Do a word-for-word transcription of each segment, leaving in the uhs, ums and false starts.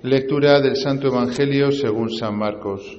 Lectura del Santo Evangelio según San Marcos.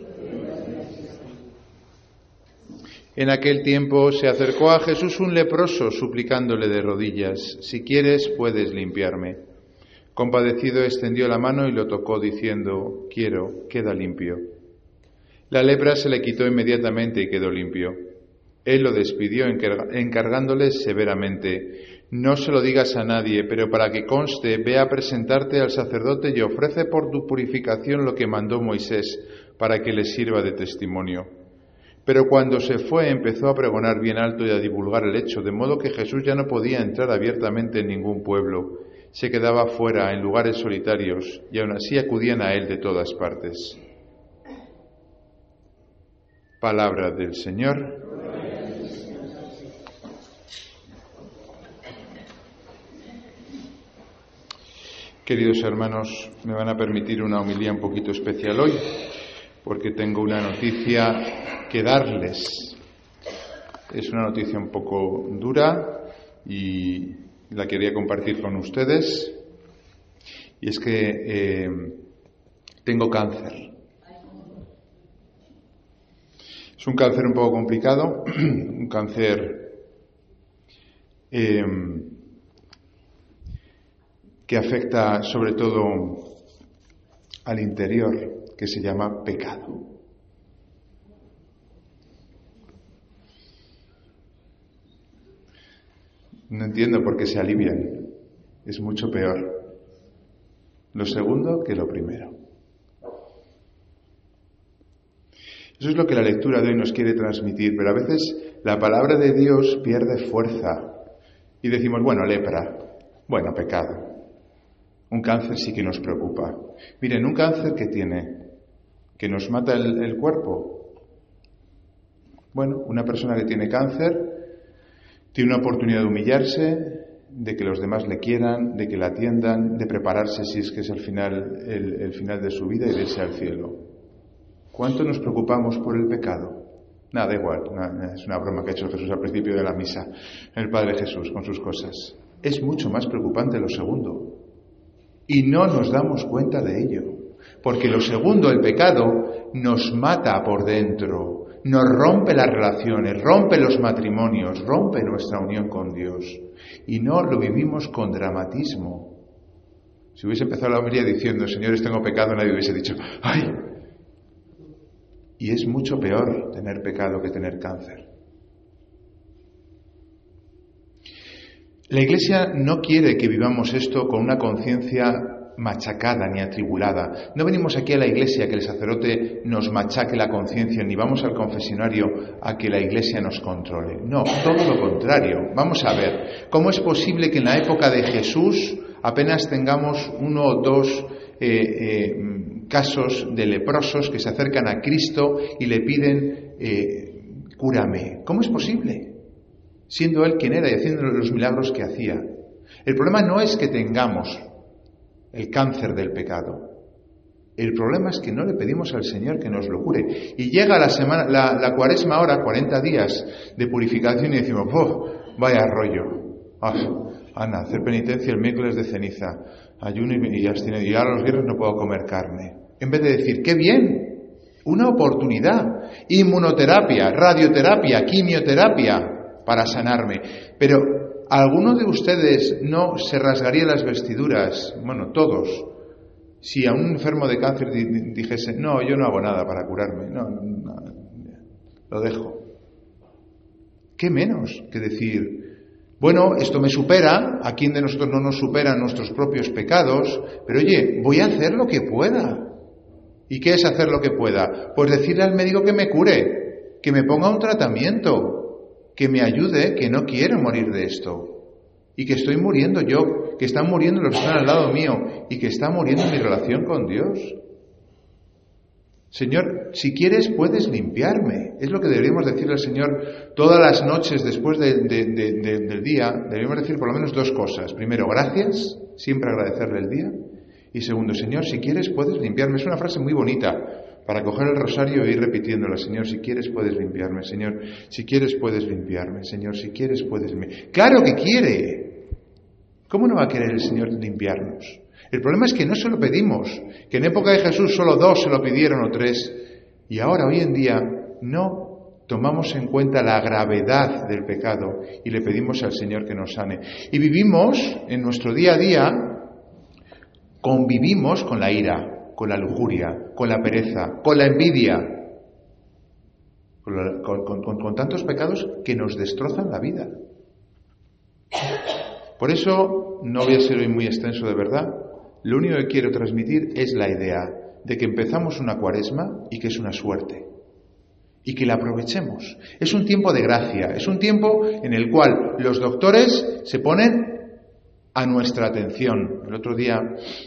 En aquel tiempo se acercó a Jesús un leproso, suplicándole de rodillas: «Si quieres, puedes limpiarme». Compadecido, extendió la mano y lo tocó, diciendo: «Quiero, queda limpio». La lepra se le quitó inmediatamente y quedó limpio. Él lo despidió, encargándole severamente: «No se lo digas a nadie, pero para que conste, ve a presentarte al sacerdote y ofrece por tu purificación lo que mandó Moisés, para que le sirva de testimonio». Pero cuando se fue, empezó a pregonar bien alto y a divulgar el hecho, de modo que Jesús ya no podía entrar abiertamente en ningún pueblo. Se quedaba fuera, en lugares solitarios, y aún así acudían a él de todas partes. Palabra del Señor. Queridos hermanos, me van a permitir una homilía un poquito especial hoy, porque tengo una noticia que darles. Es una noticia un poco dura y la quería compartir con ustedes. Y es que eh, tengo cáncer. Es un cáncer un poco complicado, un cáncer eh, que afecta sobre todo al interior, que se llama pecado. No entiendo por qué se alivian. Es mucho peor lo segundo que lo primero. Eso es lo que la lectura de hoy nos quiere transmitir, pero a veces la palabra de Dios pierde fuerza y decimos, bueno, lepra, bueno, pecado. Un cáncer sí que nos preocupa. Miren, un cáncer que tiene, que nos mata el, el cuerpo. Bueno, una persona que tiene cáncer tiene una oportunidad de humillarse, de que los demás le quieran, de que la atiendan, de prepararse si es que es el final, el, el final de su vida y de irse al cielo. ¿Cuánto nos preocupamos por el pecado? Nada, igual, nada, es una broma que ha hecho Jesús al principio de la misa, el Padre Jesús con sus cosas. Es mucho más preocupante lo segundo. Y no nos damos cuenta de ello, porque lo segundo, el pecado, nos mata por dentro, nos rompe las relaciones, rompe los matrimonios, rompe nuestra unión con Dios, y no lo vivimos con dramatismo. Si hubiese empezado la homilía diciendo, señores, tengo pecado, nadie hubiese dicho, ¡ay! Y es mucho peor tener pecado que tener cáncer. La Iglesia no quiere que vivamos esto con una conciencia machacada ni atribulada. No venimos aquí a la Iglesia a que el sacerdote nos machaque la conciencia, ni vamos al confesionario a que la Iglesia nos controle. No, todo lo contrario. Vamos a ver, ¿cómo es posible que en la época de Jesús apenas tengamos uno o dos eh, eh, casos de leprosos que se acercan a Cristo y le piden, eh, cúrame? ¿Cómo es posible? Siendo Él quien era y haciendo los milagros que hacía. El problema no es que tengamos el cáncer del pecado. El problema es que no le pedimos al Señor que nos lo cure. Y llega la semana, la, la cuaresma ahora, cuarenta días de purificación y decimos, ¡oh, vaya rollo! Ah, Ana, hacer penitencia el miércoles de ceniza, ayuno y, y abstinencia, y ahora los viernes no puedo comer carne. En vez de decir, ¡qué bien! Una oportunidad. Inmunoterapia, radioterapia, quimioterapia para sanarme. Pero ¿alguno de ustedes no se rasgaría las vestiduras, bueno, todos, si a un enfermo de cáncer dijese, no, yo no hago nada para curarme, no, no, no, lo dejo? ¿Qué menos que decir, bueno, esto me supera, a quién de nosotros no nos superan nuestros propios pecados, pero oye, voy a hacer lo que pueda? ¿Y qué es hacer lo que pueda? Pues decirle al médico que me cure, que me ponga un tratamiento, que me ayude, que no quiero morir de esto, y que estoy muriendo yo, que están muriendo los que están al lado mío, y que está muriendo mi relación con Dios. Señor, si quieres puedes limpiarme. Es lo que deberíamos decirle al Señor todas las noches después de, de, de, de, del día. Deberíamos decir por lo menos dos cosas. Primero, gracias, siempre agradecerle el día. Y segundo, Señor, si quieres puedes limpiarme. Es una frase muy bonita para coger el rosario e ir repitiéndola. Señor, si quieres puedes limpiarme. Señor, si quieres puedes limpiarme. Señor, si quieres puedes limpiarme. ¡Claro que quiere! ¿Cómo no va a querer el Señor limpiarnos? El problema es que no se lo pedimos, que en época de Jesús solo dos se lo pidieron o tres, y ahora, hoy en día, no tomamos en cuenta la gravedad del pecado y le pedimos al Señor que nos sane. Y vivimos en nuestro día a día, convivimos con la ira, con la lujuria, con la pereza, con la envidia, con, la, con, con, con, con tantos pecados que nos destrozan la vida. Por eso no voy a ser hoy muy extenso de verdad. Lo único que quiero transmitir es la idea de que empezamos una cuaresma y que es una suerte. Y que la aprovechemos. Es un tiempo de gracia, es un tiempo en el cual los doctores se ponen a nuestra atención. El otro día,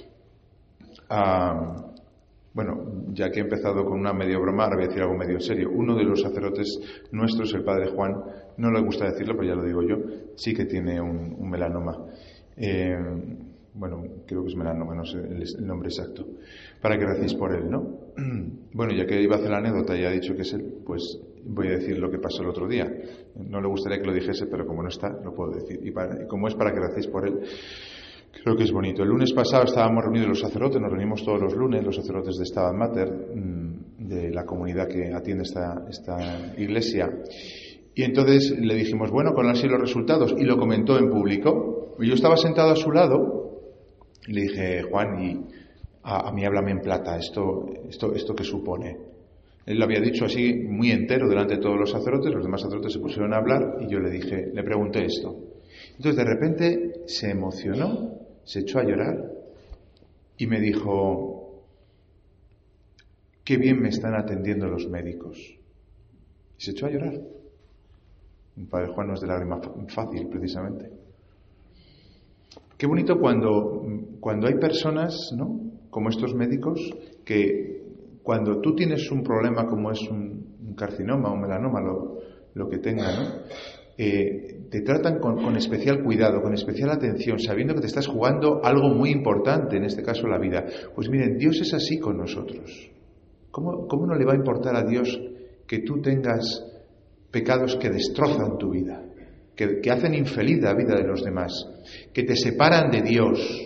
uh, bueno, ya que he empezado con una medio broma, ahora voy a decir algo medio serio. Uno de los sacerdotes nuestros, el padre Juan, no le gusta decirlo, pero ya lo digo yo, sí que tiene un, un melanoma. Eh, bueno, creo que es melanoma, no sé el, el nombre exacto. Para que recéis por él, ¿no? Bueno, ya que iba a hacer la anécdota y ha dicho que es él, pues voy a decir lo que pasó el otro día. No le gustaría que lo dijese, pero como no está, lo puedo decir. Y, para, y como es para que recéis por él, creo que es bonito. El lunes pasado estábamos reunidos los sacerdotes, nos reunimos todos los lunes, los sacerdotes de Stabat Mater, de la comunidad que atiende esta, esta iglesia. Y entonces le dijimos, bueno, ¿cuáles han sido los resultados? Y lo comentó en público. Y yo estaba sentado a su lado y le dije, Juan, y a, a mí háblame en plata, ¿esto, esto, esto qué supone? Él lo había dicho así muy entero delante de todos los sacerdotes, los demás sacerdotes se pusieron a hablar y yo le dije, le pregunté esto. Entonces de repente se emocionó, se echó a llorar y me dijo, qué bien me están atendiendo los médicos. Y se echó a llorar. El padre Juan no es de lágrima fácil, precisamente. Qué bonito cuando, cuando hay personas, ¿no?, como estos médicos, que cuando tú tienes un problema como es un, un carcinoma, un melanoma, lo, lo que tenga, ¿no?, eh, te tratan con, con especial cuidado, con especial atención, sabiendo que te estás jugando algo muy importante, en este caso la vida. Pues miren, Dios es así con nosotros. ¿Cómo, cómo no le va a importar a Dios que tú tengas pecados que destrozan tu vida, que, que hacen infeliz la vida de los demás, que te separan de Dios?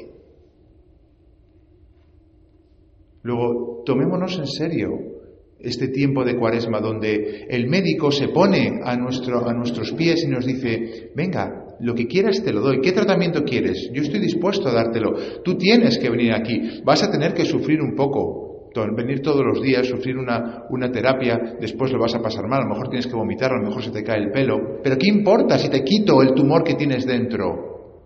Luego, tomémonos en serio este tiempo de Cuaresma donde el médico se pone a, nuestro, a nuestros pies y nos dice, venga, lo que quieras te lo doy. ¿Qué tratamiento quieres? Yo estoy dispuesto a dártelo. Tú tienes que venir aquí. Vas a tener que sufrir un poco. Venir todos los días, sufrir una, una terapia, después lo vas a pasar mal. A lo mejor tienes que vomitar, a lo mejor se te cae el pelo. Pero ¿qué importa si te quito el tumor que tienes dentro?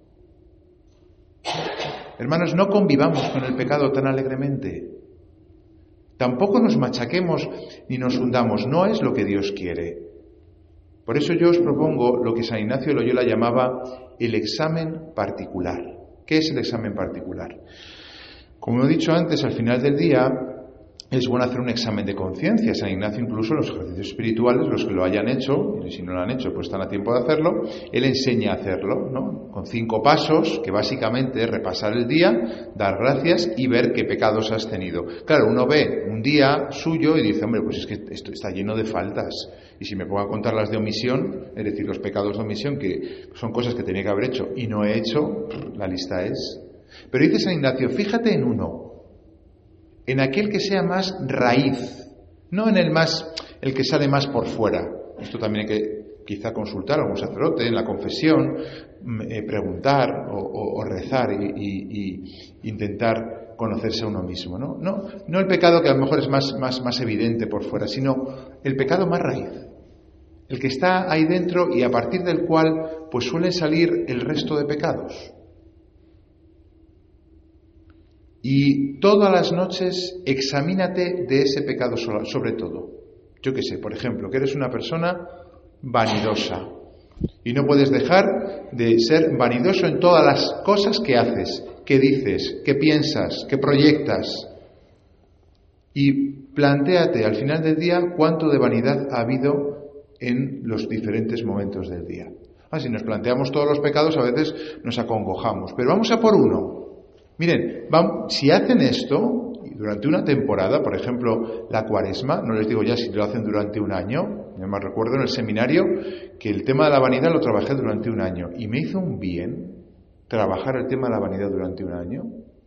Hermanos, no convivamos con el pecado tan alegremente. Tampoco nos machaquemos ni nos hundamos. No es lo que Dios quiere. Por eso yo os propongo lo que San Ignacio de Loyola llamaba el examen particular. ¿Qué es el examen particular? Como he dicho antes, al final del día es bueno hacer un examen de conciencia. San Ignacio, incluso en los ejercicios espirituales, los que lo hayan hecho, y si no lo han hecho, pues están a tiempo de hacerlo, él enseña a hacerlo, ¿no?, con cinco pasos, que básicamente es repasar el día, dar gracias y ver qué pecados has tenido. Claro, uno ve un día suyo y dice, hombre, pues es que esto está lleno de faltas. Y si me pongo a contar las de omisión, es decir, los pecados de omisión, que son cosas que tenía que haber hecho y no he hecho, la lista es... Pero dice San Ignacio, fíjate en uno, en aquel que sea más raíz, no en el más, el que sale más por fuera. Esto también hay que quizá consultar a algún sacerdote en la confesión, eh, preguntar o, o, o rezar y, y, y intentar conocerse a uno mismo, ¿no? No, no el pecado que a lo mejor es más, más, más evidente por fuera, sino el pecado más raíz, el que está ahí dentro y a partir del cual pues suelen salir el resto de pecados. Y todas las noches examínate de ese pecado sobre todo. Yo qué sé, por ejemplo, que eres una persona vanidosa y no puedes dejar de ser vanidoso en todas las cosas que haces, que dices, que piensas, que proyectas. Y plantéate al final del día cuánto de vanidad ha habido en los diferentes momentos del día. Ah, si nos planteamos todos los pecados, a veces nos acongojamos, pero vamos a por uno. Miren, vamos, si hacen esto durante una temporada, por ejemplo, la Cuaresma, no les digo ya si lo hacen durante un año, yo me recuerdo en el seminario que el tema de la vanidad lo trabajé durante un año y me hizo un bien trabajar el tema de la vanidad durante un año.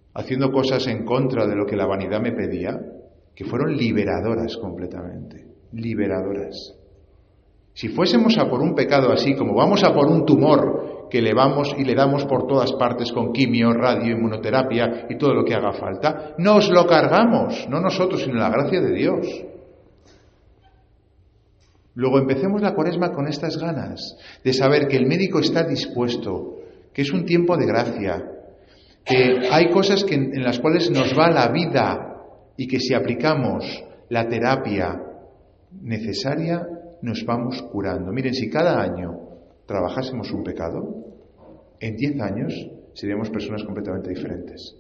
haciendo cosas en contra de lo que la vanidad me pedía, que fueron liberadoras completamente, liberadoras. Si fuésemos a por un pecado así, como vamos a por un tumor que le vamos y le damos por todas partes con quimio, radio, inmunoterapia y todo lo que haga falta, nos lo cargamos, no nosotros, sino la gracia de Dios. Luego empecemos la Cuaresma con estas ganas de saber que el médico está dispuesto, que es un tiempo de gracia, que hay cosas que, en las cuales nos va la vida y que si aplicamos la terapia necesaria nos vamos curando. Miren, si cada año trabajásemos un pecado, en diez años seríamos personas completamente diferentes.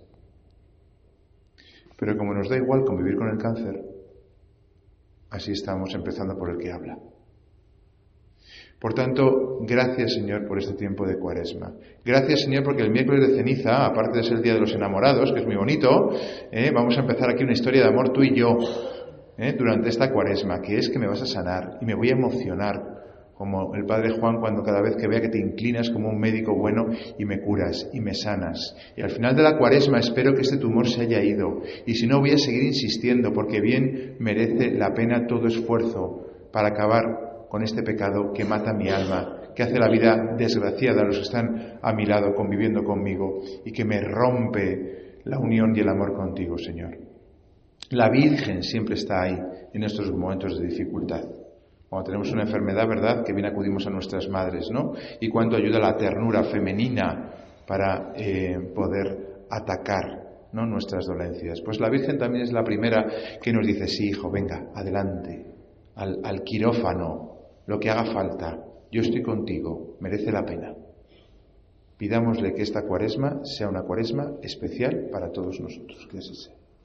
Pero como nos da igual convivir con el cáncer, así estamos, empezando por el que habla. Por tanto, gracias, Señor, por este tiempo de Cuaresma. Gracias, Señor, porque el miércoles de ceniza, aparte de ser el Día de los Enamorados, que es muy bonito, eh, vamos a empezar aquí una historia de amor tú y yo, eh, durante esta Cuaresma, que es que me vas a sanar y me voy a emocionar, como el Padre Juan, cuando cada vez que vea que te inclinas como un médico bueno y me curas y me sanas. Y al final de la Cuaresma espero que este tumor se haya ido. Y si no, voy a seguir insistiendo, porque bien merece la pena todo esfuerzo para acabar con este pecado que mata mi alma, que hace la vida desgraciada a los que están a mi lado conviviendo conmigo y que me rompe la unión y el amor contigo, Señor. La Virgen siempre está ahí en estos momentos de dificultad. Cuando tenemos una enfermedad, ¿verdad?, que bien acudimos a nuestras madres, ¿no? Y cuánto ayuda la ternura femenina para eh, poder atacar, ¿no?, nuestras dolencias. Pues la Virgen también es la primera que nos dice, sí, hijo, venga, adelante, al, al quirófano, lo que haga falta, yo estoy contigo, merece la pena. Pidámosle que esta Cuaresma sea una Cuaresma especial para todos nosotros, que así sea.